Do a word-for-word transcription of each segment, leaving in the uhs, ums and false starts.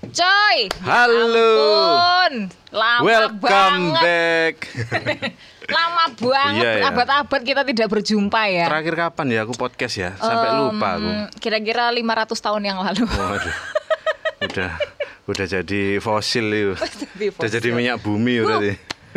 Coy. Halo. Ampun, lama Welcome banget. back. Lama banget, Iya, iya. abad-abad kita tidak berjumpa ya. Terakhir kapan ya aku podcast ya? Sampai Em, lupa aku. Kira-kira lima ratus tahun yang lalu. Waduh. Udah udah jadi fosil itu. Jadi Udah jadi fosil. minyak bumi berarti.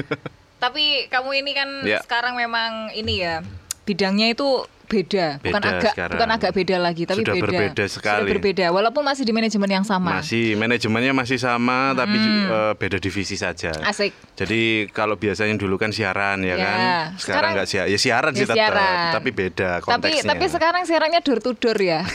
Tapi kamu ini kan Ya. sekarang memang ini ya, bidangnya itu beda, bukan Beda agak sekarang. bukan agak beda lagi, tapi Sudah beda. berbeda sekali. Sudah berbeda, walaupun masih di manajemen yang sama. Masih manajemennya masih sama tapi eh, beda divisi saja. Asik. Jadi kalau biasanya dulu kan siaran ya, Ya, kan. sekarang- Sekarang nggak siaran. Ya siaran Ya, sih tetap, siaran. tapi beda Tapi konteksnya. tapi sekarang siarannya door to door ya.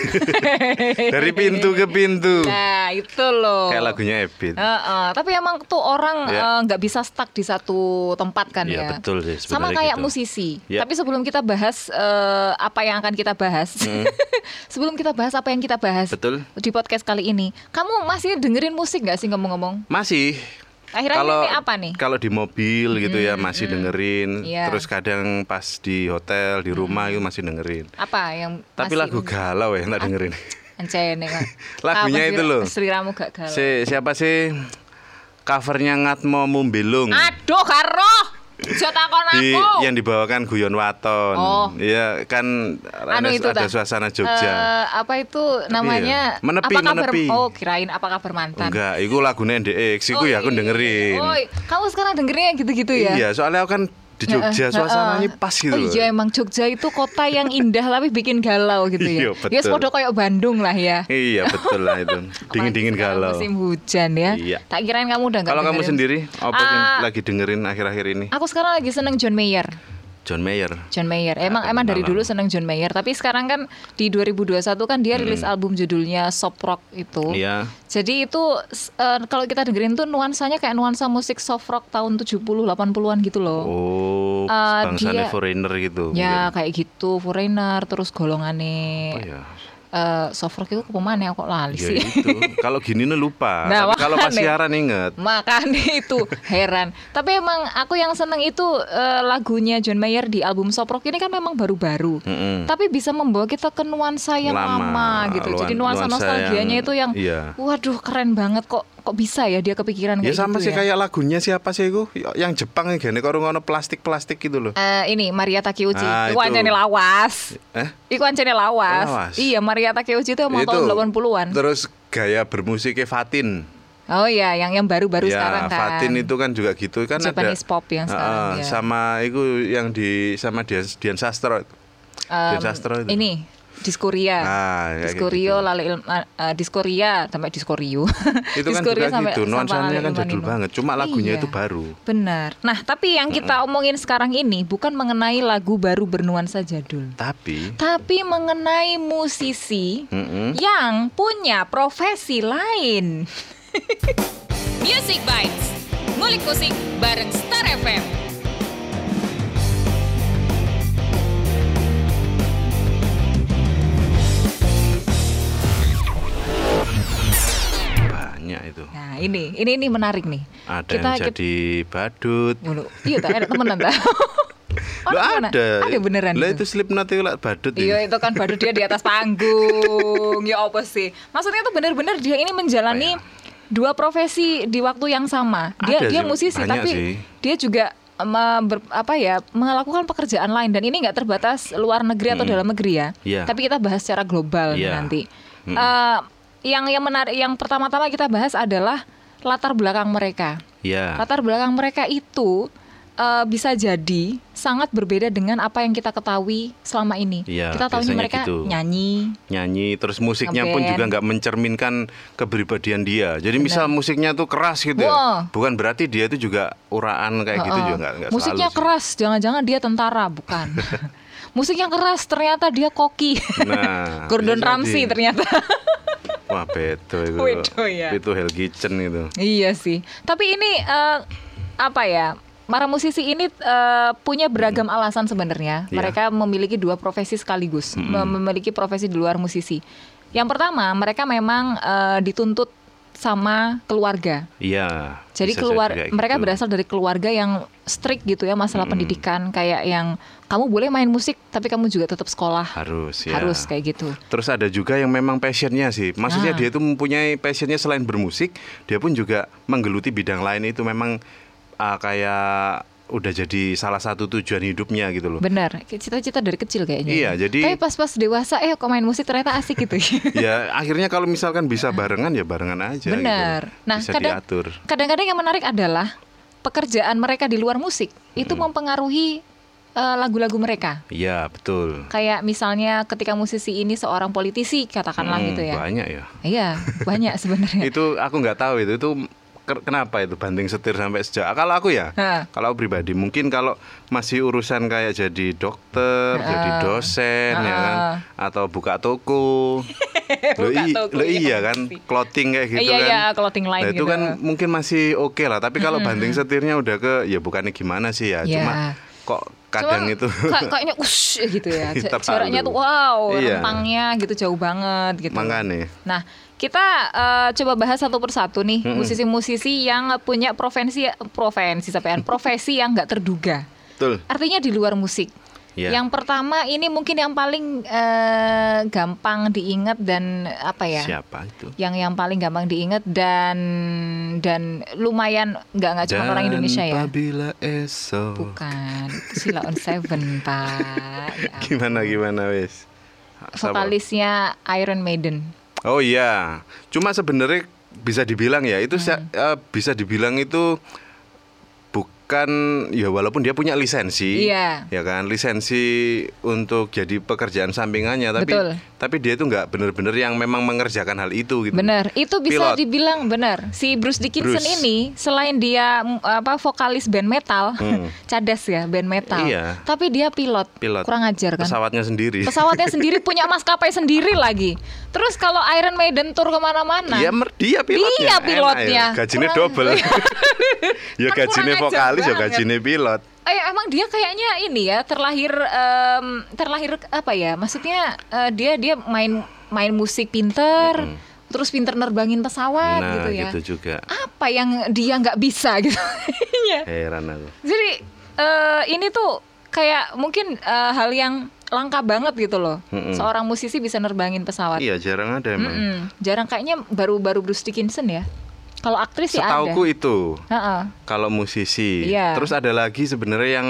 Dari pintu ke pintu. Nah, itu loh. Kayak lagunya Ebit. Heeh, tapi emang tuh orang Ya. eh, nggak bisa stuck di satu tempat kan Iya, ya. betul sih, Sama sebenarnya kayak gitu. musisi. Ya. Tapi sebelum kita bahas eh, apa yang akan kita bahas, sebelum kita bahas apa yang kita bahas Betul. di podcast kali ini, kamu masih dengerin musik nggak sih ngomong-ngomong? Masih. Akhirnya Kalau ini apa nih? Kalau di mobil gitu ya masih dengerin. Iya. Terus kadang pas di hotel, di rumah itu masih dengerin. Apa yang Tapi masih lagu galau ya tak dengerin. Encene kan. Lagunya Apa itu sih, loh. Seliramu gak galau. Si, siapa sih covernya Ngatmo Mumbelung? Aduh, karo. Jot takon Di, aku. yang dibawakan Guyon Waton. Oh. Iya kan Anu ada, itu ada dah. suasana Jogja. Eh, apa itu namanya? iya. Menepi, apa kabar? menepi. Oh, kirain apa kabar mantan. Enggak, itu lagunya N D X, itu Oh, ya aku iya. dengerin. Oh, kamu sekarang dengerinnya gitu-gitu ya? Iya, soalnya aku kan di Jogja Heeh, suasananya heeh. pas gitu Oh loh. iya, emang Jogja itu kota yang indah tapi bikin galau gitu ya. Iya, betul. Ya sepodo kayak Bandung lah ya. Iya, betul lah itu. Dingin-dingin Apalagi sekarang galau. Musim hujan ya. Iya. Tak kirain kamu udah nggak Kalau kamu dengerin. sendiri apa yang Ah. lagi dengerin akhir-akhir ini? Aku sekarang lagi seneng John Mayer. John Mayer. John Mayer. Emang Ada emang dari kenalan. dulu seneng John Mayer, tapi sekarang kan di dua ribu dua puluh satu kan dia rilis album judulnya Soft Rock itu. Iya. Jadi itu s- eh, kalau kita dengerin tuh nuansanya kayak nuansa musik soft rock tahun tujuh puluh delapan puluhan gitu loh. Oh, Eh, bangsanya dia- foreigner gitu. Ya kayak gitu, Foreigner terus golongannya Oh ya. eh, soft rock itu kemana kok lali Ya sih. itu. Kalau gini nih lupa. Nah, Tapi kalau pas makanya. siaran inget. Makanya itu heran. Tapi emang aku yang seneng itu eh, lagunya John Mayer di album Soft Rock ini kan memang baru-baru. Mm-mm. Tapi bisa membawa kita ke nuansa yang lama, Lama, gitu. luan- Jadi nuansa, nuansa nostalgianya yang- itu yang iya. waduh keren banget kok. Kok bisa ya dia kepikiran Ya kayak sama gitu sih ya. kayak lagunya siapa sih itu? Yang Jepang yang gini kok ngono plastik-plastik gitu loh. Eh, ini Maria Takeuchi. Ah, Iku itu. ancene lawas. Eh? Iku ancene lawas. Lawas. Iya, Maria Takeuchi itu emang tahun delapan puluhan. Terus gaya bermusiknya Fatin. Oh iya, yang yang baru-baru Ya, sekarang kan. Fatin itu kan juga gitu kan Japanese ada. pop yang sekarang, Ah, ya. Sama itu yang di sama Dian, Dian Sastro. Em, Dian Sastro itu. Ini Diskoria. Ah, kayak Diskorio gitu. lale ilmu uh, Diskoria sampai Diskorio. Itu kan Diskoria juga sampai- gitu, sampai nuansanya Lale kan Ilmu jadul Nino. banget. Cuma lagunya Iya. itu baru. Benar. Nah, tapi yang kita omongin sekarang ini bukan mengenai lagu baru bernuansa jadul. Tapi Tapi mengenai musisi Mm-mm. yang punya profesi lain. Music Bites. Ngulik musik bareng Star F M. banyak itu. Nah, ini ini ini menarik nih. Ada kita yang jadi badut. Dulu. Iya, tak ada temenan tak? Oh, Loh, temenan? ada. Ada beneran Lah itu. itu Slipknot itu lah badut. Iya, itu kan baru dia di atas panggung. Ya apa sih? Maksudnya tuh benar-benar dia ini menjalani dua profesi di waktu yang sama. Dia Ada dia sih, musisi banyak tapi sih. dia juga me- ber- apa ya melakukan pekerjaan lain dan ini nggak terbatas luar negeri atau dalam negeri ya. Iya. Tapi kita bahas secara global nih Iya. nanti. Eh, yang yang menarik yang pertama-tama kita bahas adalah latar belakang mereka. Ya. Latar belakang mereka itu eh, bisa jadi sangat berbeda dengan apa yang kita ketahui selama ini. Iya, Kita tahunya biasanya mereka gitu. nyanyi, Nyanyi terus musiknya pun Ngeband. juga nggak mencerminkan kepribadian dia. Jadi misal musiknya tuh keras gitu Wah. ya. Bukan berarti dia itu juga uraan kayak gitu Heeh. juga nggak nggak musiknya selalu sih. keras, jangan-jangan dia tentara, bukan. Musiknya keras, ternyata dia koki. Nah, Gordon bisa Ramsay jadi. ternyata. Wah beto itu. Wedo ya. Itu Hell Kitchen itu. Iya sih. Tapi ini eh, apa ya? Para musisi ini eh, punya beragam alasan sebenarnya. Iya. Mereka memiliki dua profesi sekaligus, mem- memiliki profesi di luar musisi. Yang pertama, mereka memang eh, dituntut sama keluarga. Iya. Jadi bisa keluar jadi kayak mereka gitu. berasal dari keluarga yang strict gitu ya masalah Mm-mm. pendidikan, kayak yang kamu boleh main musik tapi kamu juga tetap sekolah. Harus ya. Harus kayak gitu. Terus ada juga yang memang passionnya sih. Maksudnya Ah. dia itu mempunyai passionnya selain bermusik, dia pun juga menggeluti bidang lain itu memang uh, kayak udah jadi salah satu tujuan hidupnya gitu loh. Benar, cita-cita dari kecil kayaknya. Iya, jadi- Tapi pas-pas dewasa, eh kok main musik ternyata asik gitu. Ya akhirnya kalau misalkan bisa barengan ya barengan aja. Benar. Gitu. Nah, bisa kadang- diatur. Kadang-kadang yang menarik adalah pekerjaan mereka di luar musik itu mempengaruhi eh, lagu-lagu mereka. Iya betul. Kayak misalnya ketika musisi ini seorang politisi katakanlah Hmm, gitu ya. Banyak ya. Iya, banyak sebenarnya. Itu aku nggak tahu itu itu ke- kenapa itu banting setir sampai sejak. Kalau aku ya, Ha. kalau aku pribadi mungkin kalau masih urusan kayak jadi dokter, Ha. jadi dosen ya kan, atau buka toko. Loh, Buka i- toko, loh iya, iya kan, pasti. clothing kayak gitu Iya, kan. iya, clothing line Nah, itu gitu. kan mungkin masih oke lah. Tapi kalau banting setirnya udah ke, ya bukannya gimana sih ya. Iya. Cuma kok kadang Cuma itu. kayak- kayaknya ush gitu ya. Ja- Terlalu. Jaraknya tuh wow, Iya. rentangnya gitu jauh banget gitu. Makanya. Nah, kita eh, coba bahas satu persatu nih Mm-mm. musisi-musisi yang punya profesi profesi sampean profesi yang nggak terduga. Betul. Artinya di luar musik. Iya. Yang pertama ini mungkin yang paling eh, gampang diingat dan apa ya? Siapa itu? Yang yang paling gampang diingat dan dan lumayan nggak nggak cuma orang Indonesia ya. Apabila esok. Bukan, itu Sheila on Seven, Pak. Ya ampun. Gimana gimana wes? Vokalisnya Iron Maiden. Oh iya, cuma sebenarnya bisa dibilang ya itu sa- eh, bisa dibilang itu bukan ya walaupun dia punya lisensi, Iya. ya kan lisensi untuk jadi pekerjaan sampingannya, tapi Betul. tapi dia itu nggak benar-benar yang memang mengerjakan hal itu gitu. Benar, itu bisa Pilot. dibilang benar. Si Bruce Dickinson Bruce. ini selain dia mm, apa vokalis band metal, Hmm. cadas ya band metal. Iya. Tapi dia pilot. Pilot. Kurang ajar kan? Pesawatnya sendiri. Pesawatnya sendiri punya maskapai sendiri lagi. Terus kalau Iron Maiden tour kemana-mana, Iya, mer- dia pilotnya. Dia Enak pilotnya. ya. Gajinya Kurang- double. Ya Kan gajinya kurang ajar vokalis ya banget. gajinya pilot. Eh, emang dia kayaknya ini ya terlahir em, terlahir apa ya? Maksudnya eh, dia dia main main musik pinter, Mm-mm. terus pinter nerbangin pesawat Nah, gitu ya. gitu juga. Apa yang dia nggak bisa gitu? Iya. Heran aku. Jadi eh, ini tuh kayak mungkin eh, hal yang langka banget gitu loh. Mm-mm. Seorang musisi bisa nerbangin pesawat. Iya, jarang ada emang. Mm-mm. Jarang, kayaknya baru-baru Bruce Dickinson ya. Kalau aktris sih ada. Setauku itu. Heeh. Kalau musisi, Iya. terus ada lagi sebenarnya yang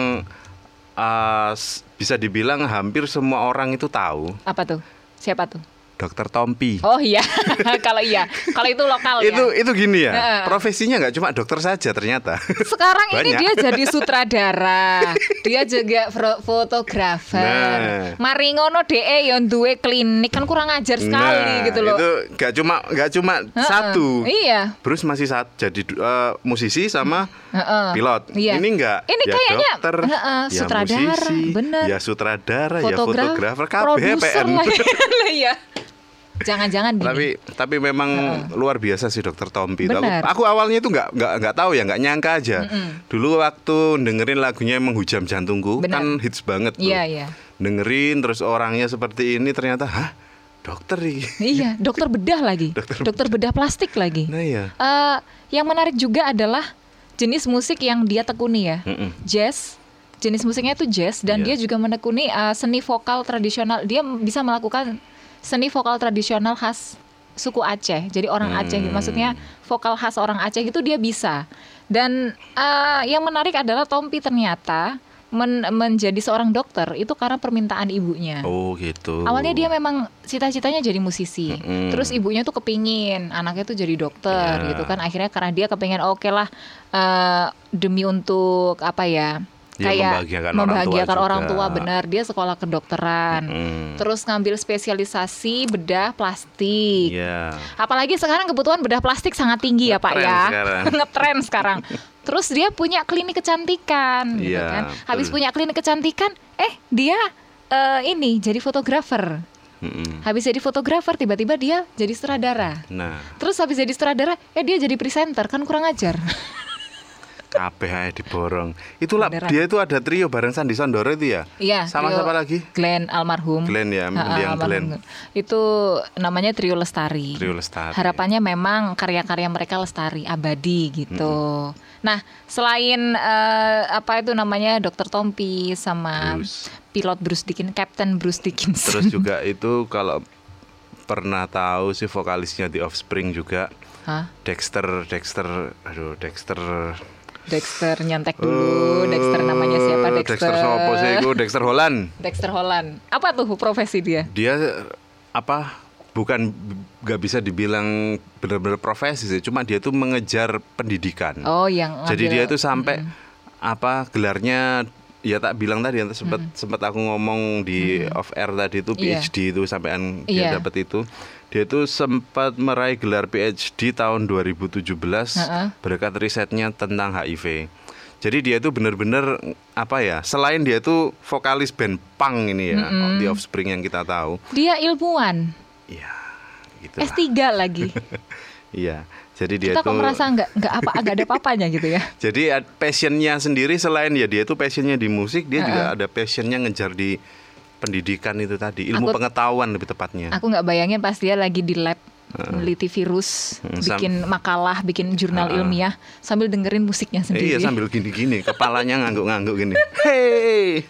uh, s- bisa dibilang hampir semua orang itu tahu, Apa tuh? Siapa tuh? Dokter Tompi. Oh iya, kalau iya, kalau itu lokal Itu ya. itu gini ya, Heeh. profesinya nggak cuma dokter saja ternyata. Sekarang ini Banyak. dia jadi sutradara, dia juga fro- fotografer. Nah. Mari ngono dhek yo duwe klinik, kan kurang ajar sekali Nah, gitu loh. itu nggak cuma nggak cuma Heeh. satu. Iya. Bruce masih saat jadi uh, musisi sama Heeh. pilot. Iya. Ini enggak. Ini ya kayaknya, dokter, heeh, ya sutradara, musisi, bener. ya sutradara, ya Fotografer, fotografer, K B P produser N. lagi. Lah, iya. Jangan-jangan gini. Tapi tapi memang luar biasa sih Dokter Tompi. Aku, Benar. aku awalnya itu nggak nggak nggak tahu ya, nggak nyangka aja. Dulu waktu dengerin lagunya Menghujam Jantungku, Benar. kan hits banget tuh. Iya, iya. Dengerin terus orangnya seperti ini, ternyata hah, dokter nih. Iya, dokter bedah lagi. Dokter Dokter, bedah plastik lagi. Nah ya. Eh, yang menarik juga adalah jenis musik yang dia tekuni ya. Mm-mm. Jazz. Jenis musiknya itu jazz dan Iya. dia juga menekuni eh, seni vokal tradisional. Dia bisa melakukan seni vokal tradisional khas suku Aceh. Jadi orang Hmm. Aceh, maksudnya vokal khas orang Aceh gitu dia bisa. Dan eh, yang menarik adalah Tompi ternyata men- menjadi seorang dokter itu karena permintaan ibunya. Oh gitu. Awalnya dia memang cita-citanya jadi musisi. Mm-mm. Terus ibunya tuh kepingin anaknya tuh jadi dokter Ya. gitu kan. Akhirnya karena dia kepingin oke lah eh, demi untuk apa ya? Ya, kayak membahagiakan orang tua membahagiakan orang tua, juga. benar. Dia sekolah kedokteran. Mm. Terus ngambil spesialisasi bedah plastik. Iya. Apalagi sekarang kebutuhan bedah plastik sangat tinggi ya Pak Ngetren ya. sekarang. Ngetren sekarang. Terus dia punya klinik kecantikan gitu Iya, kan. Habis betul. punya klinik kecantikan, eh dia eh, ini jadi fotografer. Mm-mm. Habis jadi fotografer tiba-tiba dia jadi sutradara. Nah, Terus habis jadi sutradara, eh dia jadi presenter, kan kurang ajar. Kabeh ae diborong. Itulah Beneran. dia itu ada trio bareng Sandi Sondoro itu ya? Iya. Sama trio siapa lagi? Glenn almarhum. Glenn ya, Ha-ha, Mendiang almarhum. Glenn. Itu namanya Trio Lestari. Trio Lestari. Harapannya memang karya-karya mereka lestari, abadi gitu. Nah, selain eh, apa itu namanya Dokter Tompi sama Bruce. pilot Bruce Dickinson, Captain Bruce Dickinson. Terus juga itu kalau pernah tahu sih vokalisnya The Offspring juga. Hah? Dexter, Dexter, aduh Dexter. Dexter nyantek dulu. Dexter namanya siapa? Eh, Dexter. Dexter sopo sih itu? Dexter Holland. Dexter Holland. Apa tuh profesi dia? Dia apa? Bukan nggak bisa dibilang benar-benar profesi sih, cuma dia tuh mengejar pendidikan. Oh, yang Jadi ngambil- dia tuh sampai apa gelarnya ya tak bilang tadi yang sempat sempat aku ngomong di off air tadi itu Iya. P H D itu sampean dia Iya. dapat itu. Dia tuh sempat meraih gelar P H D tahun dua ribu tujuh belas Heeh. berkat risetnya tentang H I V. Jadi dia tuh benar-benar apa ya? Selain dia tuh vokalis band punk ini ya, The Offspring yang kita tahu. Dia ilmuwan. Iya, gitu S tiga lagi. Iya. Jadi dia Kita tuh kok merasa nggak nggak apa agak ada papanya gitu ya. jadi ad- passionnya sendiri selain ya dia tuh passionnya di musik, dia juga ada passionnya ngejar di pendidikan itu tadi, ilmu Aku- pengetahuan lebih tepatnya. Aku nggak bayangin pas dia lagi di lab meneliti virus, Hmm, sam- bikin makalah, bikin jurnal ilmiah sambil dengerin musiknya Eh, sendiri. iya sambil gini-gini, kepalanya ngangguk-ngangguk gini. Hey.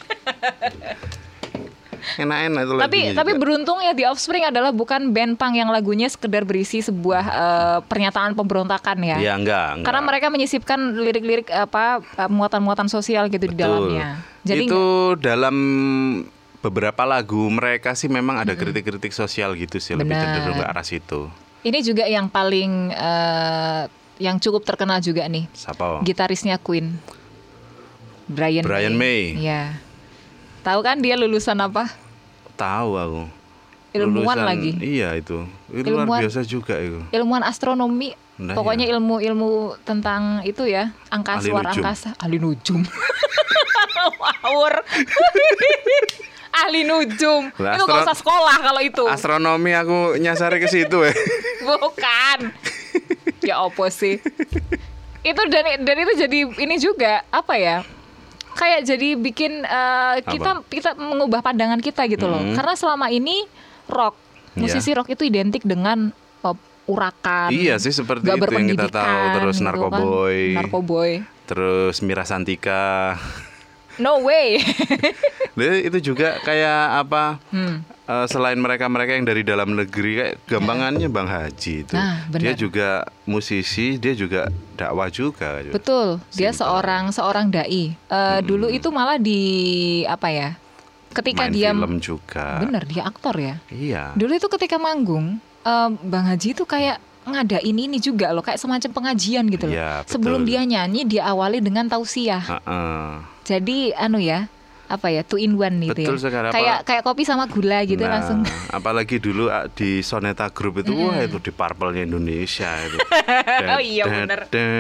Enak-enak itu Tapi lagunya tapi juga. beruntung ya The Offspring adalah bukan band punk yang lagunya sekedar berisi sebuah eh, pernyataan pemberontakan ya. Iya enggak, enggak. Karena mereka menyisipkan lirik-lirik apa eh, muatan-muatan sosial gitu di Betul. dalamnya. Jadi itu dalam beberapa lagu mereka sih memang ada kritik-kritik sosial gitu sih, lebih Benar. cenderung ke arah situ. ini juga yang paling eh, yang cukup terkenal juga nih. Siapa? Gitarisnya Queen. Brian, Brian May. Iya. Tahu kan dia lulusan apa? Tahu aku. Ilmuwan Lulusan- lagi. Iya itu. Itu luar Ilmuwan. biasa juga itu. Ilmuwan astronomi. Nah, Pokoknya iya. ilmu-ilmu tentang itu ya, angkasa, Ahli luar nujum. angkasa, ahli nujum. Ngawur. Ahli nujum. Lah, Itu nggak astro- usah sekolah kalau itu. Astronomi aku nyasar ke situ ya. Bukan. Ya opo sih. Itu dan dan itu jadi ini juga apa ya? Kayak jadi bikin eh, kita kita mengubah pandangan kita gitu loh. Hmm. Karena selama ini rock, musisi rock itu identik dengan eh, urakan. Iya sih, seperti nggak itu yang kita berpendidikan, tahu. Terus gitu Narkoboy. Kan. Narkoboy. Terus Mira Santika. No way. Nah, itu juga kayak apa? Hmm. eh, selain mereka-mereka yang dari dalam negeri kayak gampangannya Bang Haji itu. Nah, benar. Dia juga musisi, dia juga dakwah juga. Betul, dia Simpel. seorang seorang dai. Eh, Dulu itu malah di apa ya? Ketika Main dia film juga. bener dia aktor ya. Iya. Dulu itu ketika manggung, eh, Bang Haji itu kayak ngadain ini juga loh, kayak semacam pengajian gitu loh. Iya, betul. Sebelum dia nyanyi, dia awali dengan tausiah. Heeh. Jadi anu ya, apa ya, two in one gitu Betul ya. sekali, apa- Kayak kayak kopi sama gula gitu Nah, langsung. apalagi dulu ah, di Soneta Group itu, wah itu di Purple-nya Indonesia itu. Oh iya, bener.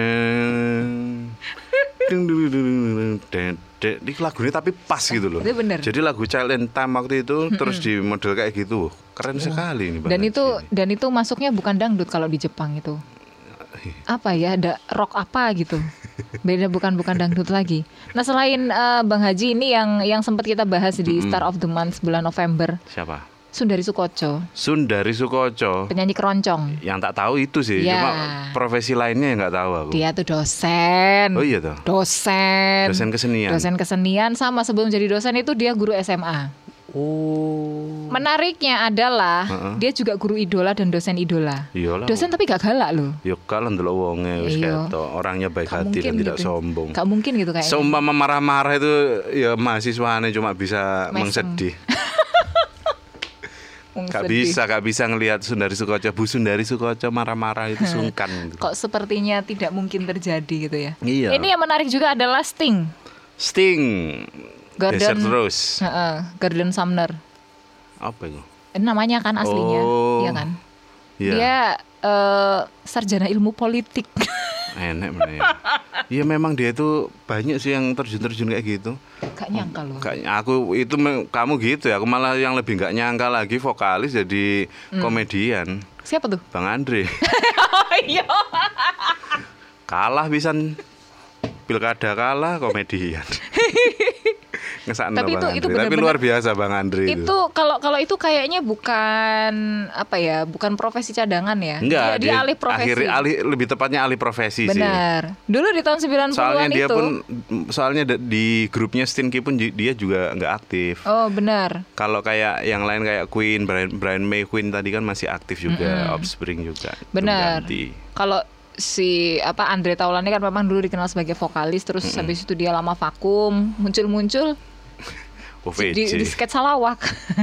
Ini lagunya tapi pas gitu loh. Itu bener. Jadi lagu Child in Time waktu itu terus di model kayak gitu, keren sekali ini. Bang Dan Haji itu ini. dan itu masuknya bukan dangdut kalau di Jepang itu. Apa ya, ada rock apa gitu. Beda, bukan bukan dangdut lagi. Nah, selain eh, Bang Haji ini yang yang sempat kita bahas di Star of the Month bulan November, Siapa? Sundari Soekotjo, Sundari Soekotjo. penyanyi keroncong. Yang tak tahu itu sih, Ya. cuma profesi lainnya yang nggak tahu aku. Dia tuh dosen. Oh iya toh. Dosen. Dosen kesenian. Dosen kesenian, sama sebelum jadi dosen itu dia guru S M A. Oh. Menariknya adalah Heeh. dia juga guru idola dan dosen idola. Iyalah. Dosen tapi gak galak loh. Yo kalau ndelok wonge wis Iya. ketok, orangnya baik Gak hati dan mungkin tidak gitu. sombong. Gak mungkin gitu kayaknya. Seumpama marah-marah itu ya mahasiswanya cuma bisa Mesem. mengsedih. Wong Gak sedih. bisa, gak bisa ngelihat Sundari Soekotjo, Bu Sundari Soekotjo marah-marah itu sungkan. Gitu. Kok sepertinya tidak mungkin terjadi gitu ya. Iya. Ini yang menarik juga adalah Sting. Sting, Gordon, Desert Rose. Heeh, Gordon Sumner. Apa itu? Ini namanya kan aslinya, Oh. iya kan? Iya. Dia eh, sarjana ilmu politik. Enak bener ya. Iya memang dia itu banyak sih yang terjun-terjun kayak gitu. Gak nyangka loh. Gak, aku itu me- kamu gitu ya. Aku malah yang lebih nggak nyangka lagi vokalis jadi Hmm. komedian. Siapa tuh? Bang Andre. Oh iya. Kalah pisan pilkada kalah komedian. Ngesakno Tapi itu Bang itu Andre. Tapi benar-benar luar biasa Bang Andre itu. Itu kalau kalau itu kayaknya bukan apa ya, bukan profesi cadangan ya. Enggak, dia, dia alih profesi. Akhir, alih lebih tepatnya alih profesi sih. Benar. Dulu di tahun sembilan puluhan Soalnya dia itu. pun soalnya di grupnya Stinky pun dia juga nggak aktif. Oh, benar. Kalau kayak yang lain kayak Queen, Brian, Brian May Queen tadi kan masih aktif juga, Mm-mm. Offspring juga. Benar. Ganti. Kalau si apa Andre Taulany kan memang dulu dikenal sebagai vokalis, terus Mm-mm. habis itu dia lama vakum, muncul-muncul O di, V J. di sketsa lawak.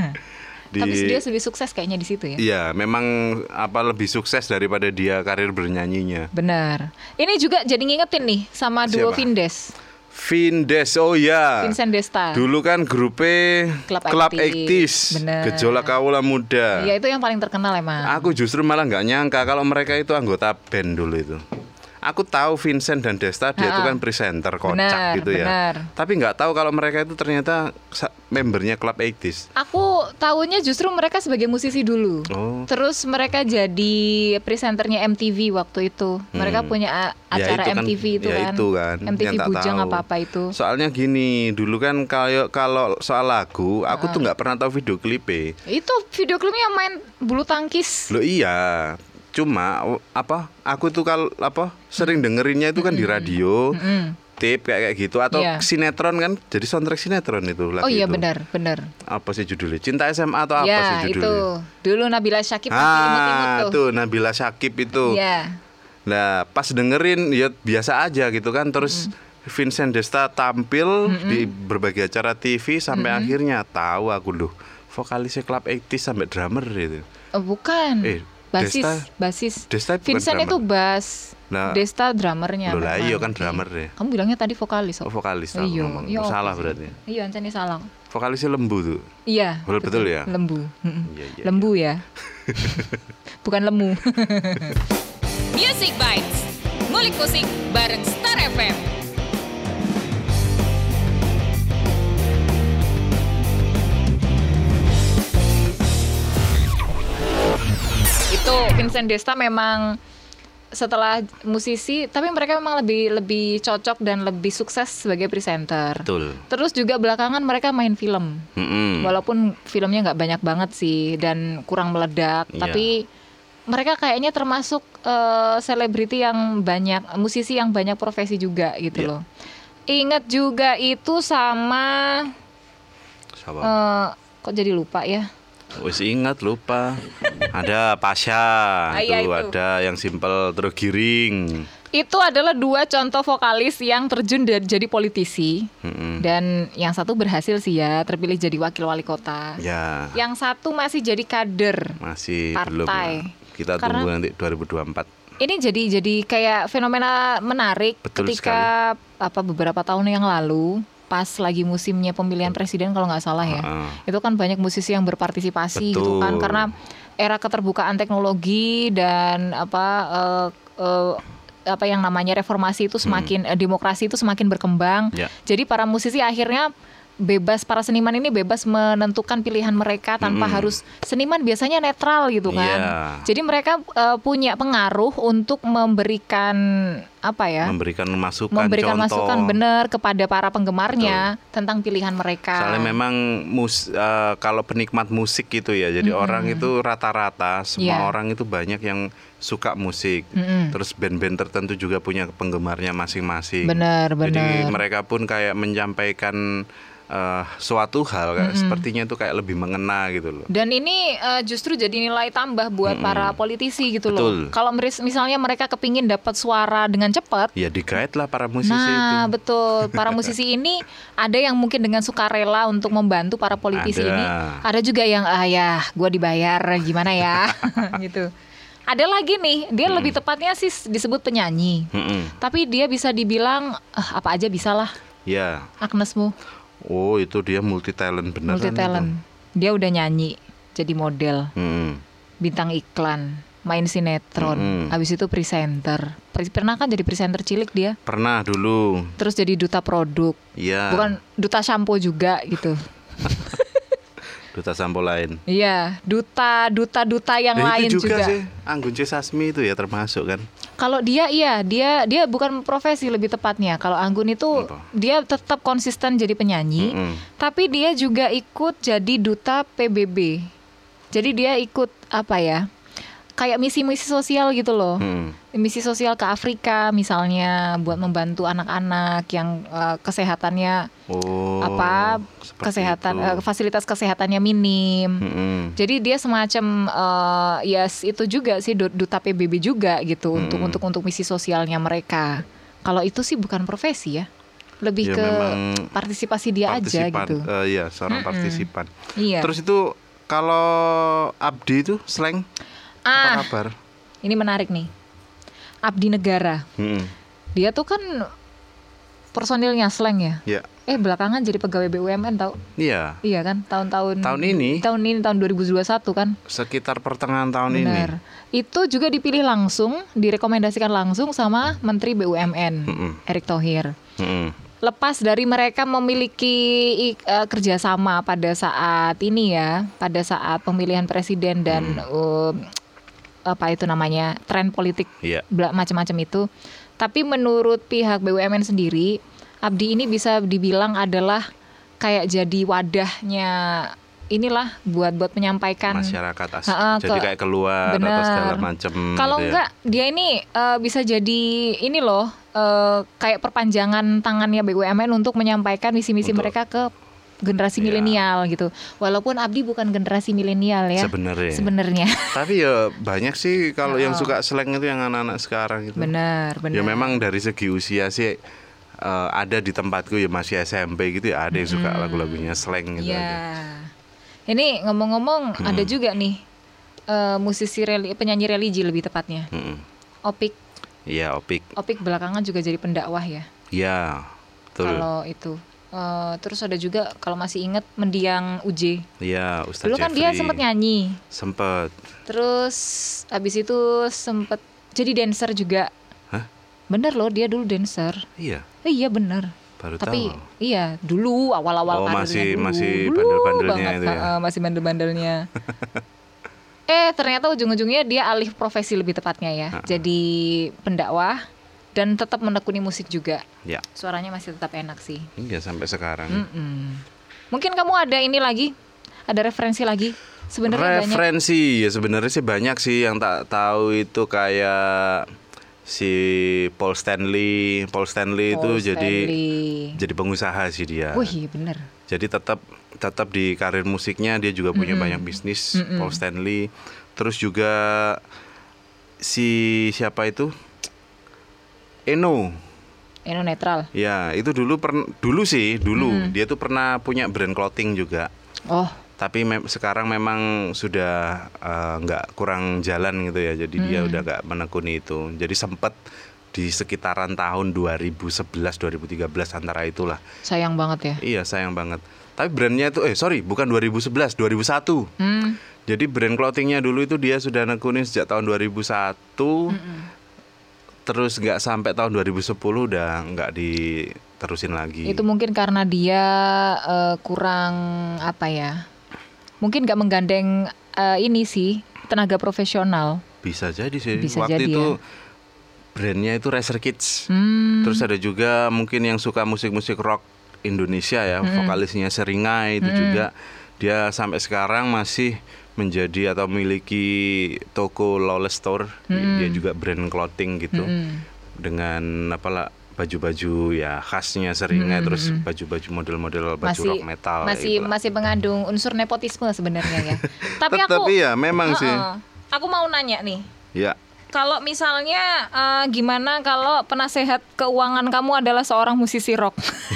Di- Tapi dia lebih sukses kayaknya di situ ya. Iya, memang apa lebih sukses daripada dia karir bernyanyinya. Benar. Ini juga jadi ngingetin nih sama duo Siapa? Vindes, Vindes, oh ya. Vincent Desta. Dulu kan grupnya Club Club Actis. Actis, Bener. Gejolak Kaula Muda. Iya, itu yang paling terkenal emang. Aku justru malah nggak nyangka kalau mereka itu anggota band dulu itu. Aku tahu Vincent dan Desta dia itu Ha-ha. kan presenter kocak Benar, gitu ya. benar. Tapi nggak tahu kalau mereka itu ternyata sa- membernya Club Actis. Aku tahunya justru mereka sebagai musisi dulu. Oh. Terus mereka jadi presenternya M T V waktu itu. Mereka Hmm. punya a- Ya, acara itu kan- M T V itu ya kan. itu kan, M T V yang tak Bujang tahu. apa-apa itu. Soalnya gini, dulu kan kalau kalau soal lagu, aku tuh nggak pernah tahu video klipnya. Itu video klipnya yang main bulu tangkis. Loh iya, cuma o- apa? Aku tuh kalau apa sering dengerinnya itu kan di radio, Mm-mm. tape kayak kayak gitu atau Iya. sinetron kan, jadi soundtrack sinetron itu lagu Oh iya itu. benar, benar. Apa sih judulnya? Cinta S M A atau apa Ya, sih judulnya? itu. Dulu Nabila Syakib masih imut-imut Ah, tuh. tuh Nabila Syakib itu. Iya. Nah, pas dengerin ya biasa aja gitu kan, terus Vincent Desta tampil di berbagai acara T V sampai akhirnya tahu aku loh, vokalisnya Club Actis sampai drummer itu. Oh, bukan. Eh, basis, Desta- basis. Desta bukan Vincent drummer. itu bass. Nah, Desta drummernya. loh lah memang. iya kan drummer deh. Kamu bilangnya tadi vokalis. Oh, vokalis Oh, aku iya. ngomong. Iya, Salah oke. berarti. Iya, Ancani salah. Vokalisnya Lembu tuh. Iya. Betul, betul ya? Lembu. Mm-mm. Iya, iya, Lembu ya. Bukan lemu. Music Bites, ngulik musik bareng Star F M. Itu Vincent Desta memang setelah musisi, tapi mereka memang lebih lebih cocok dan lebih sukses sebagai presenter. Betul. Terus juga belakangan mereka main film. Mm-mm. Walaupun filmnya nggak banyak banget sih dan kurang meledak, Iya. tapi mereka kayaknya termasuk eh, selebriti yang banyak, musisi yang banyak profesi juga gitu Iya. loh. Ingat juga itu sama Siapa? eh, kok jadi lupa ya? Wis ingat lupa. Ada Pasha, Ah, iya, tuh itu. ada yang simple terus giring. Itu adalah dua contoh vokalis yang terjun da- jadi politisi. Mm-mm. Dan yang satu berhasil sih ya, terpilih jadi wakil wali kota. Ya, Yang satu masih jadi kader. masih Partai. belum. lah. Kita Karena- tunggu nanti dua ribu dua puluh empat. Ini jadi jadi kayak fenomena menarik. Betul Ketika apa beberapa tahun yang lalu, pas lagi musimnya pemilihan presiden kalau nggak salah ya, Heeh. itu kan banyak musisi yang berpartisipasi gitu kan, Betul. karena era keterbukaan teknologi dan apa eh, eh, apa yang namanya reformasi itu semakin eh, demokrasi itu semakin berkembang. Ya. Jadi para musisi akhirnya bebas, para seniman ini bebas menentukan pilihan mereka tanpa Mm-mm. harus, seniman biasanya netral gitu kan. Iya. Jadi mereka eh, punya pengaruh untuk memberikan apa ya? Memberikan masukan, memberikan contoh. masukan benar kepada para penggemarnya tentang pilihan mereka. Soalnya memang mus, eh, kalau penikmat musik gitu ya, jadi orang itu rata-rata semua Iya. orang itu banyak yang suka musik. Mm-mm. Terus band-band tertentu juga punya penggemarnya masing-masing. Benar, Jadi benar. mereka pun kayak menyampaikan eh, suatu hal kayak sepertinya itu kayak lebih mengena gitu loh. Dan ini eh, justru jadi nilai tambah buat para politisi gitu loh. Betul. Kalau meris- misalnya mereka kepingin dapat suara dengan cepat, Ya digait lah para musisi nah itu. betul, para musisi ini ada yang mungkin dengan sukarela untuk membantu para politisi Ada. ini. Ada juga yang ah ya, gue dibayar gimana ya, gitu. Ada lagi nih, dia lebih tepatnya sih disebut penyanyi. Mm-mm. Tapi dia bisa dibilang ah, apa aja bisa lah, Ya. Agnesmu, Oh itu dia multi talent beneran. multi talent. Dia udah nyanyi, jadi model, itu. Mm-mm. bintang iklan, main sinetron, Mm-mm. habis itu presenter. Pre- Pernah kan jadi presenter cilik dia, Pernah dulu. terus jadi duta produk, Iya. bukan duta shampoo juga gitu. Duta sampo lain. Iya, duta duta duta yang Nah, lain itu juga, juga. sih Anggun C. Sasmi itu ya termasuk kan. Kalau dia iya, dia dia bukan profesi lebih tepatnya. Kalau Anggun itu Apa? dia tetap konsisten jadi penyanyi, Mm-mm. tapi dia juga ikut jadi duta P B B. Jadi dia ikut apa ya? Kayak misi-misi sosial gitu loh. Mm. Misi sosial ke Afrika misalnya buat membantu anak-anak yang uh, kesehatannya Oh, apa seperti kesehatan itu. uh, fasilitas kesehatannya minim. Mm-mm. Jadi dia semacam uh, ya itu juga sih du- duta P B B juga gitu Hmm. untuk untuk untuk misi sosialnya mereka. Kalau itu sih bukan profesi ya, lebih Ya, ke memang partisipasi dia aja partisipan, gitu. eh, iya, seorang Mm-mm. partisipan. Iya. Terus itu kalau Abdi itu slang ah, apa kabar? ini menarik nih. Abdi Negara. Mm-mm. Dia tuh kan personilnya slang ya. Ya, Eh belakangan jadi pegawai B U M N tau? iya. Iya kan tahun-tahun Tahun ini? Tahun ini tahun dua ribu dua puluh satu kan. Sekitar pertengahan tahun Benar. ini. Itu juga dipilih langsung, direkomendasikan langsung sama Menteri B U M N Mm-mm. Erick Thohir. Mm-mm. Lepas dari mereka memiliki uh, kerjasama pada saat ini ya, pada saat pemilihan presiden dan uh, apa itu namanya tren politik Iya. bla- macam-macam itu. Tapi menurut pihak B U M N sendiri, Abdi ini bisa dibilang adalah kayak jadi wadahnya inilah buat buat menyampaikan. Masyarakat as- Ha-ha, jadi ke- kayak keluar atau benar. segala macam. Kalau gitu ya. enggak dia ini uh, bisa jadi ini loh uh, kayak perpanjangan tangannya B U M N untuk menyampaikan misi-misi Untuk- mereka ke generasi Iya. milenial gitu. Walaupun Abdi bukan generasi milenial ya. Sebenarnya. Sebenarnya. Tapi ya banyak sih kalau yang Oh. suka slang itu yang anak-anak sekarang gitu. Benar, benar. Ya memang dari segi usia sih eh, ada di tempatku ya masih S M P gitu ya ada yang suka lagu-lagunya slang gitu Iya. aja. Ini ngomong-ngomong ada juga nih uh, musisi reli, penyanyi religi lebih tepatnya. Mm-mm. Opik. Iya, Opik. Opik belakangan juga jadi pendakwah ya. Iya, betul. Kalau itu. Uh, terus ada juga kalau masih ingat Mendiang U J. Iya, Ustadz Dulu kan dia Jeffrey. sempat nyanyi. Sempet. Terus habis itu sempat jadi dancer juga. Hah? Bener loh dia dulu dancer. Iya, Eh, iya bener. baru Tapi tahu. iya dulu awal-awal Oh, karirnya masih- dulu. masih Dulu bandel-bandelnya banget, itu ya? ha-ha, masih bandel-bandelnya. eh ternyata ujung-ujungnya dia alih profesi lebih tepatnya ya. Ha-ha. Jadi pendakwah dan tetap menekuni musik juga. Ya, Suaranya masih tetap enak sih. iya sampai sekarang. Mm-mm. Mungkin kamu ada ini lagi, ada referensi lagi. Sebenarnya banyak. Referensi ya sebenarnya sih banyak sih yang tak tahu itu kayak si Paul Stanley. Paul Stanley itu Paul jadi Stanley. jadi pengusaha sih dia. Wih iya bener. Jadi tetap tetap di karir musiknya dia juga punya banyak bisnis. Mm-mm. Paul Stanley. Terus juga si siapa itu? Eno. Eno netral. Ya, itu dulu pern- dulu sih, dulu dia tuh pernah punya brand clothing juga. Oh, Tapi mem- sekarang memang sudah eh, nggak kurang jalan gitu ya. Jadi dia udah nggak menekuni itu. Jadi sempat di sekitaran tahun dua ribu sebelas dua ribu tiga belas antara itulah. sayang banget ya. Iya, sayang banget. Tapi brandnya itu eh sorry, bukan dua ribu sebelas, dua ribu satu. Hmm. Jadi brand clothingnya dulu itu dia sudah nekunin sejak tahun dua ribu satu. Terus nggak sampai tahun dua ribu sepuluh udah nggak diterusin lagi. Itu mungkin karena dia eh, kurang apa ya? Mungkin nggak menggandeng eh, ini sih tenaga profesional. Bisa jadi sih. Bisa Waktu jadi itu ya. brandnya itu Racer Kids. Hmm. Terus ada juga mungkin yang suka musik-musik rock Indonesia ya, vokalisnya Seringai itu juga dia sampai sekarang masih menjadi atau memiliki toko Lawless Store. Dia juga brand clothing gitu. Dengan apalah baju-baju ya khasnya Seringai, terus baju-baju model-model baju masih rock metal masih gitu lah. masih mengandung unsur nepotisme sebenarnya ya. Tapi aku Tetapi ya memang sih. Heeh. Aku mau nanya nih. Ya. Kalau misalnya eh, gimana kalau penasehat keuangan kamu adalah seorang musisi rock?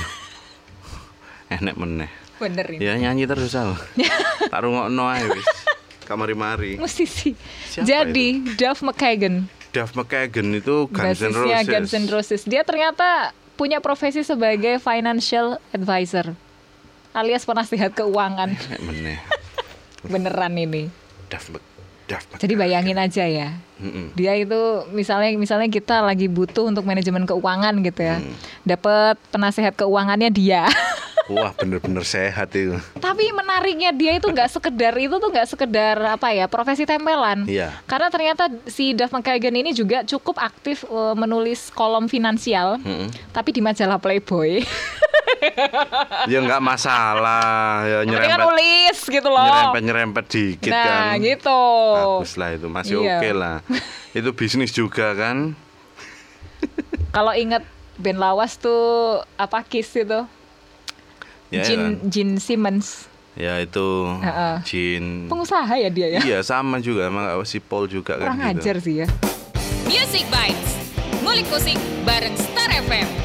Enak meneh. Bener ini. Ya nyanyi terus aku. Tak rungokno ae wis. Kamari-mari. Musisi. Siapa Jadi Duff McKagan, Duff McKagan itu Guns N' basisnya Roses. Guns N' Roses. Dia ternyata punya profesi sebagai financial advisor, alias penasihat keuangan. Enak meneh. Beneran ini. Duff Mc- Duff McKagan. Jadi bayangin aja ya. Mm-mm. Dia itu misalnya misalnya kita lagi butuh untuk manajemen keuangan gitu ya. Hmm. Dapat penasehat keuangannya dia. Wah, bener-bener sehat itu. Tapi menariknya dia itu nggak sekedar itu tuh nggak sekedar apa ya profesi tempelan. Iya. Karena ternyata si Duff McKagan ini juga cukup aktif uh, menulis kolom finansial, Mm-mm. tapi di majalah Playboy. Ya nggak masalah, ya Yang penting kan nyerempet nulis gitu loh. nyerempet-nyerempet dikit Nah, kan. gitu. Bagus lah itu, masih Iya. oke lah. Itu bisnis juga kan. Kalau inget band lawas tuh apa Kiss itu? Ya, Gene, kan? Gene Simmons. Ya itu Heeh. Jin. Pengusaha ya dia ya. Iya sama juga, emang si Paul juga kan Kurang gitu. ajar sih ya. Music Bites. Ngulik musik bareng Star F M.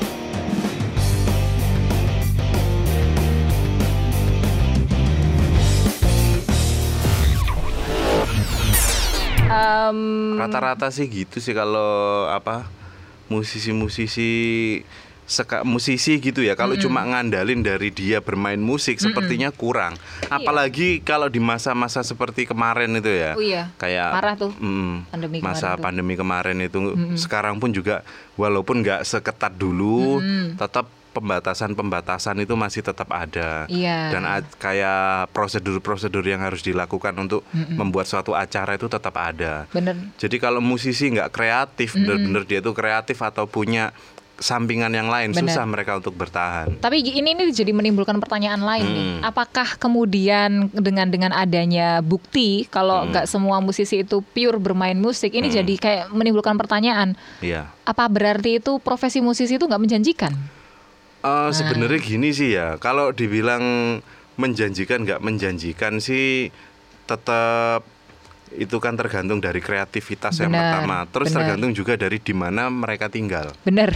Um, Rata-rata sih gitu sih kalau apa musisi-musisi seka, musisi gitu ya. Kalau cuma ngandalin dari dia bermain musik sepertinya kurang. Apalagi kalau di masa-masa seperti kemarin itu ya. Oh iya, Kayak parah tuh mm, pandemi masa kemarin tuh. pandemi kemarin itu sekarang pun juga walaupun nggak seketat dulu, tetap pembatasan-pembatasan itu masih tetap ada. Iya. Dan a- kayak prosedur-prosedur yang harus dilakukan untuk membuat suatu acara itu tetap ada. Bener. Jadi kalau musisi nggak kreatif, bener-bener dia tuh kreatif atau punya sampingan yang lain, Bener. susah mereka untuk bertahan. Tapi ini ini jadi menimbulkan pertanyaan lain nih. Hmm. Apakah kemudian dengan dengan adanya bukti kalau Hmm. nggak semua musisi itu pure bermain musik, ini jadi kayak menimbulkan pertanyaan. Iya. Apa berarti itu profesi musisi itu nggak menjanjikan? Eh, sebenarnya gini sih ya, kalau dibilang menjanjikan nggak menjanjikan sih tetap itu kan tergantung dari kreativitas yang Benar, pertama, terus benar. tergantung juga dari di mana mereka tinggal. Bener.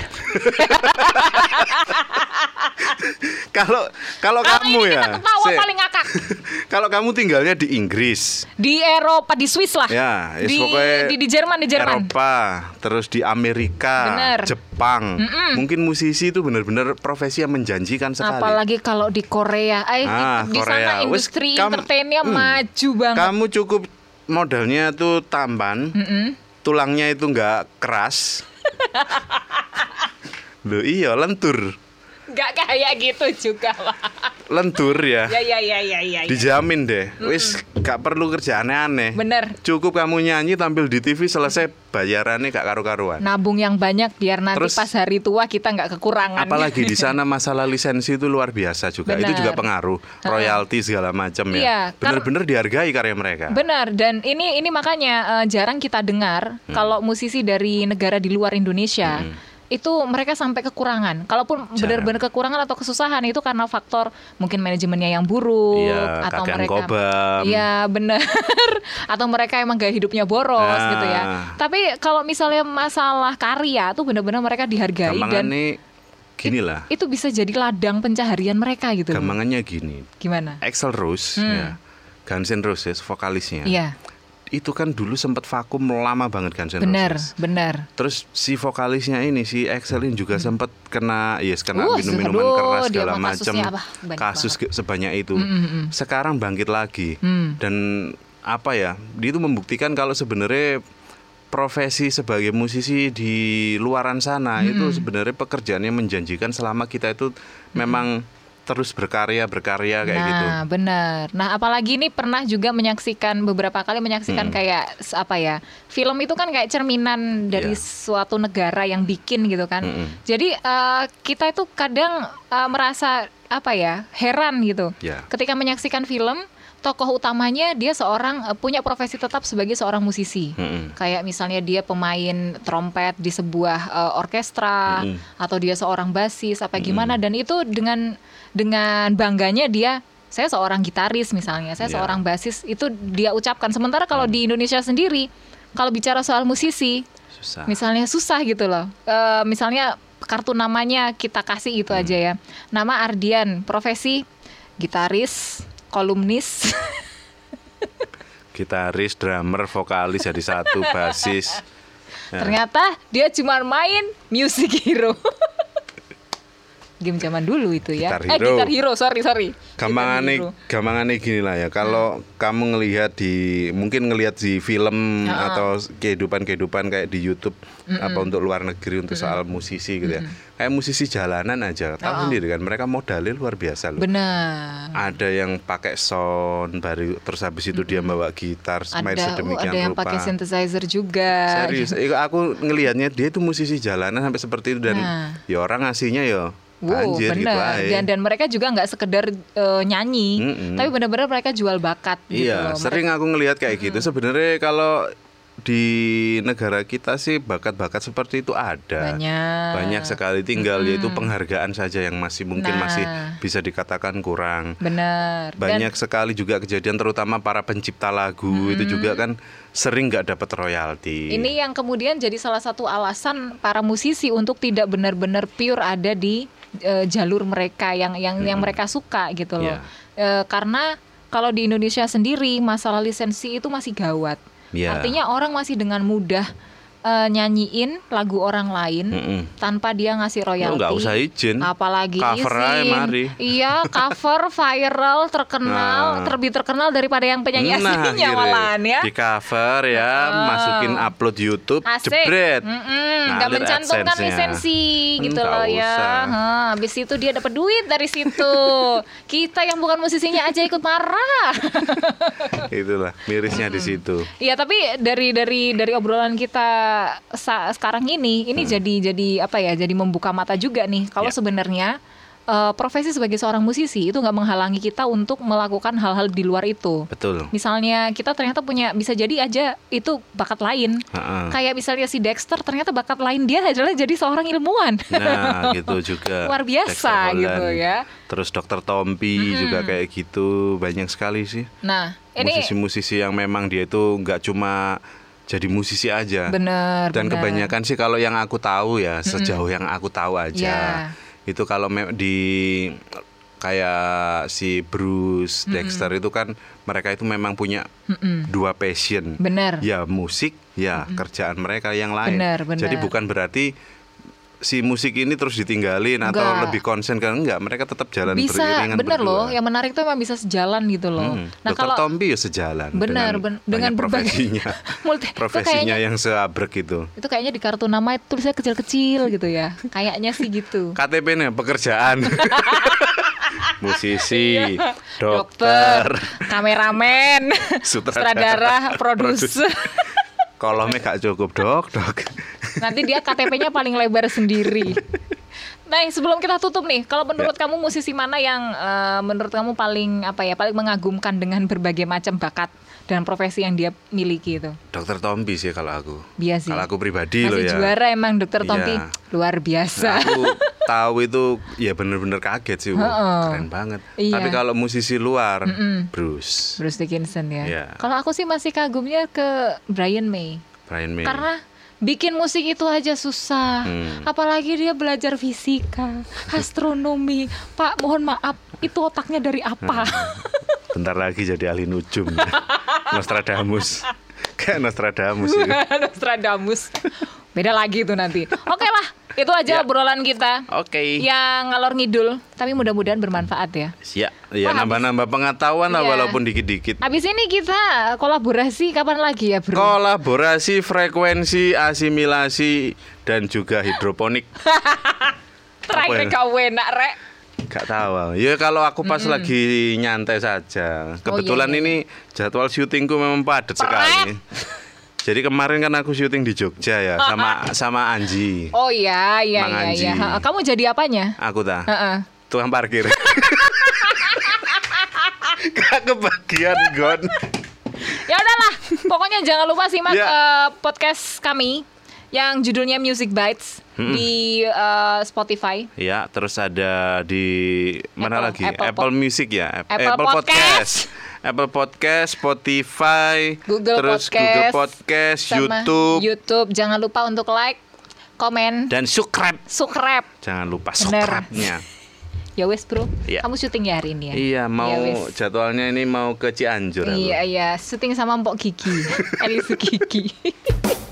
Kalau kalau kamu ini ya, kita ketawa Sik. paling ngakak. Kalau kamu tinggalnya di Inggris, Di Eropa, di Swiss lah. ya, is di, pokoknya di di Jerman, di Jerman. Eropa, terus di Amerika, Bener. Jepang, mungkin musisi itu benar-benar profesi yang menjanjikan sekali. Apalagi kalau di Korea, eh, Ah, di Korea. sana Wes, industri kam- entertainnya hmm. maju banget. Kamu cukup modalnya tuh tampan, tulangnya itu nggak keras. Loh iya lentur, Gak kayak gitu juga lah. lentur ya. Ya ya ya ya ya. ya. Dijamin deh, wis gak perlu kerja aneh-aneh. Bener. Cukup kamu nyanyi tampil di T V selesai bayarannya gak karu-karuan. Nabung yang banyak biar nanti Terus- pas hari tua kita nggak kekurangan. Apalagi di sana masalah lisensi itu luar biasa juga. Benar. Itu juga pengaruh, royalti segala macam ya. Iya, kar- Bener-bener dihargai karya mereka. Benar, dan ini ini makanya eh, jarang kita dengar Hmm. kalau musisi dari negara di luar Indonesia itu mereka sampai kekurangan. Kalaupun benar-benar kekurangan atau kesusahan itu karena faktor mungkin manajemennya yang buruk Iya, atau kakean mereka kobam. Iya, benar. Atau mereka emang gaya hidupnya boros Ah. gitu ya. Tapi kalau misalnya masalah karya tuh benar-benar mereka dihargai dan Gampangannya gini lah. itu bisa jadi ladang pencaharian mereka gitu. Gampangannya gini. Gimana? Axl Rose ya. Guns N' Roses vokalisnya. Iya, Itu kan dulu sempat vakum lama banget Guns N' benar, Roses. benar. Terus si vokalisnya ini si Axl ini juga sempat kena yes kena Uh, minum-minuman aduh, keras dia segala mah macam kasusnya apa? Banyak kasus ke- sebanyak itu. Sekarang bangkit lagi Mm. dan apa ya? Dia itu membuktikan kalau sebenarnya profesi sebagai musisi di luaran sana itu sebenarnya pekerjaannya menjanjikan selama kita itu memang terus berkarya berkarya kayak nah, gitu. benar. Nah, apalagi ini pernah juga menyaksikan beberapa kali menyaksikan Hmm. kayak s- apa ya? Film itu kan kayak cerminan dari Iya. suatu negara yang bikin gitu kan. Mm-mm. Jadi eh, kita itu kadang eh, merasa apa ya? Heran gitu. Ya. Ketika menyaksikan film, tokoh utamanya dia seorang eh, punya profesi tetap sebagai seorang musisi. Mm-mm. Kayak misalnya dia pemain trompet di sebuah eh, orkestra Mm-mm. atau dia seorang basis apa gimana dan itu dengan dengan bangganya dia saya seorang gitaris misalnya, saya Iya. seorang basis itu dia ucapkan. Sementara kalau di Indonesia sendiri kalau bicara soal musisi Susah. misalnya susah gitu loh. Eh, misalnya kartu namanya kita kasih gitu aja ya. Nama Ardian, profesi gitaris, kolumnis. Gitaris, drummer, vokalis jadi satu, basis. Ya. Ternyata dia cuma main music hero. game zaman dulu itu ya. Guitar Eh Hero. Guitar Hero, sorry sorry. Gampangane Guitar Hero. gampangane gini lah ya. Kalau hmm. kamu ngelihat di mungkin ngelihat di film uh-uh. atau kehidupan-kehidupan kayak di YouTube Mm-mm. apa untuk luar negeri untuk Mm-mm. soal musisi gitu ya. Mm-mm. Kayak musisi jalanan aja. Tahu uh-uh. sendiri kan mereka modalnya luar biasa loh. Benar. Ada yang pakai sound baru terus habis itu Mm-mm. dia bawa gitar main Ada, sedemikian ada yang rupa. pakai synthesizer juga. Serius, aku ngelihatnya dia itu musisi jalanan sampai seperti itu dan nah. ya orang ngasihnya ya Wow, anjir gitu benar. aja. Dan, dan mereka juga nggak sekedar uh, nyanyi, Mm-mm. tapi benar-benar mereka jual bakat. Iya, gitu. sering aku ngelihat kayak mm-hmm. gitu. Sebenarnya kalau di negara kita sih bakat-bakat seperti itu ada. Banyak. Banyak sekali, tinggal mm-hmm. yaitu penghargaan saja yang masih mungkin nah. masih bisa dikatakan kurang. Benar. Banyak dan, sekali juga kejadian terutama para pencipta lagu mm-hmm. itu juga kan sering nggak dapat royalti. Ini yang kemudian jadi salah satu alasan para musisi untuk tidak benar-benar pure ada di uh, jalur mereka yang yang hmm. yang mereka suka gitu loh. Yeah. Uh, karena kalau di Indonesia sendiri masalah lisensi itu masih gawat. Yeah. Artinya orang masih dengan mudah uh, nyanyiin lagu orang lain mm-mm. tanpa dia ngasih royalti. Nggak usah izin. Apalagi cover izin. Mari. Iya, cover viral terkenal, nah. terlebih terkenal daripada yang penyanyi nah, aslinya malahan ya. Di cover ya, oh. masukin upload YouTube, asik. Jebret. Nggak mencantumkan lisensi gitu hmm, loh ya. Ha, habis itu dia dapat duit dari situ. Kita yang bukan musisinya aja ikut marah. Itulah mirisnya hmm. di situ. Iya, tapi dari dari dari obrolan kita sa- sekarang ini, ini hmm. jadi jadi apa ya? Jadi membuka mata juga nih. Kalau ya. sebenarnya uh, profesi sebagai seorang musisi itu nggak menghalangi kita untuk melakukan hal-hal di luar itu. Betul. Misalnya kita ternyata punya bisa jadi aja itu bakat lain. Ha-ha. Kayak misalnya si Dexter ternyata bakat lain dia adalah jadi seorang ilmuwan. Nah, gitu juga. Luar biasa gitu ya. Terus dokter Tompi hmm. juga kayak gitu, banyak sekali sih. Nah, ini musisi-musisi yang memang dia itu nggak cuma jadi musisi aja. Benar. Dan bener. kebanyakan sih kalau yang aku tahu ya, mm-mm. sejauh yang aku tahu aja, yeah. itu kalau me- di kayak si Bruce, mm-mm. Dexter itu kan mereka itu memang punya mm-mm. dua passion. Benar. Ya musik, ya mm-mm. kerjaan mereka yang lain. Benar, benar. Jadi bukan berarti si musik ini terus ditinggalin enggak. Atau lebih konsen kan enggak, mereka tetap jalan bisa, beriringan bener berdua. Loh, yang menarik tuh emang bisa sejalan gitu loh. Hmm. Nah, dokter kalau Tompi ya sejalan. Benar, dengan, ben, dengan profesinya, multi, profesinya yang seabrek itu. Itu kayaknya di kartu nama itu tulisnya kecil-kecil gitu ya. Kayaknya sih gitu. K T P-nya pekerjaan. Musisi, iya. dokter, dokter, kameramen, sutradara, produser. Kolomnya gak cukup dok, dok. Nanti dia K T P-nya paling lebar sendiri. Nah, sebelum kita tutup nih, kalau menurut ya. kamu musisi mana yang uh, menurut kamu paling apa ya, paling mengagumkan dengan berbagai macam bakat dan profesi yang dia miliki itu? Dokter Tompi sih kalau aku. Biasa. Kalau aku pribadi Masih loh ya. Masih juara emang Dokter Tompi, ya. Luar biasa. Nah, aku tahu itu ya benar-benar kaget sih, wow, keren banget. Iya. Tapi kalau musisi luar, Mm-mm. Bruce. Bruce Dickinson ya. ya. Kalau aku sih masih kagumnya ke Brian May. Brian May. Karena bikin musik itu aja susah, hmm. apalagi dia belajar fisika, astronomi. Pak, mohon maaf, itu otaknya dari apa? Hmm. Bentar lagi jadi ahli nujum. Nostradamus. Kayak Nostradamus. Nostradamus. Beda lagi tuh nanti. Oke lah, itu aja ya. Obrolan kita. Oke. Okay. Yang ngalor ngidul, tapi mudah-mudahan bermanfaat ya. Siap. Ya, nambah-nambah pengetahuan lah ya. Walaupun dikit-dikit. Habis ini kita kolaborasi kapan lagi ya, Bro? Kolaborasi, frekuensi, asimilasi, dan juga hidroponik. Terakhir kau enak, Rek. Gak tahu. Ya kalau aku pas mm-hmm. lagi nyantai saja. Kebetulan oh, iya, iya. ini jadwal syutingku memang padat sekali. Jadi kemarin kan aku syuting di Jogja ya sama sama Anji. Oh iya iya Mang iya Anji. iya. Kamu jadi apanya? Aku ta. Uh-uh. Tukang parkir. Gak kebagian Gon. Ya udahlah, pokoknya jangan lupa simak ya. uh, podcast kami yang judulnya Music Bites hmm. di uh, Spotify. Ya, terus ada di mana Apple, lagi? Apple, Apple Music ya, Apple, Apple Podcast. Podcast. Apple Podcast, Spotify, Google terus Podcast, Google Podcast, YouTube. YouTube. Jangan lupa untuk like, komen, dan subscribe. Subscribe. Jangan lupa subscribe-nya. Ya wes bro, ya. Kamu syuting ya hari ini ya? Iya, mau ya jadwalnya ini mau ke Cianjur. Iya, aku. iya, syuting sama Mpok Gigi, Elisa Gigi.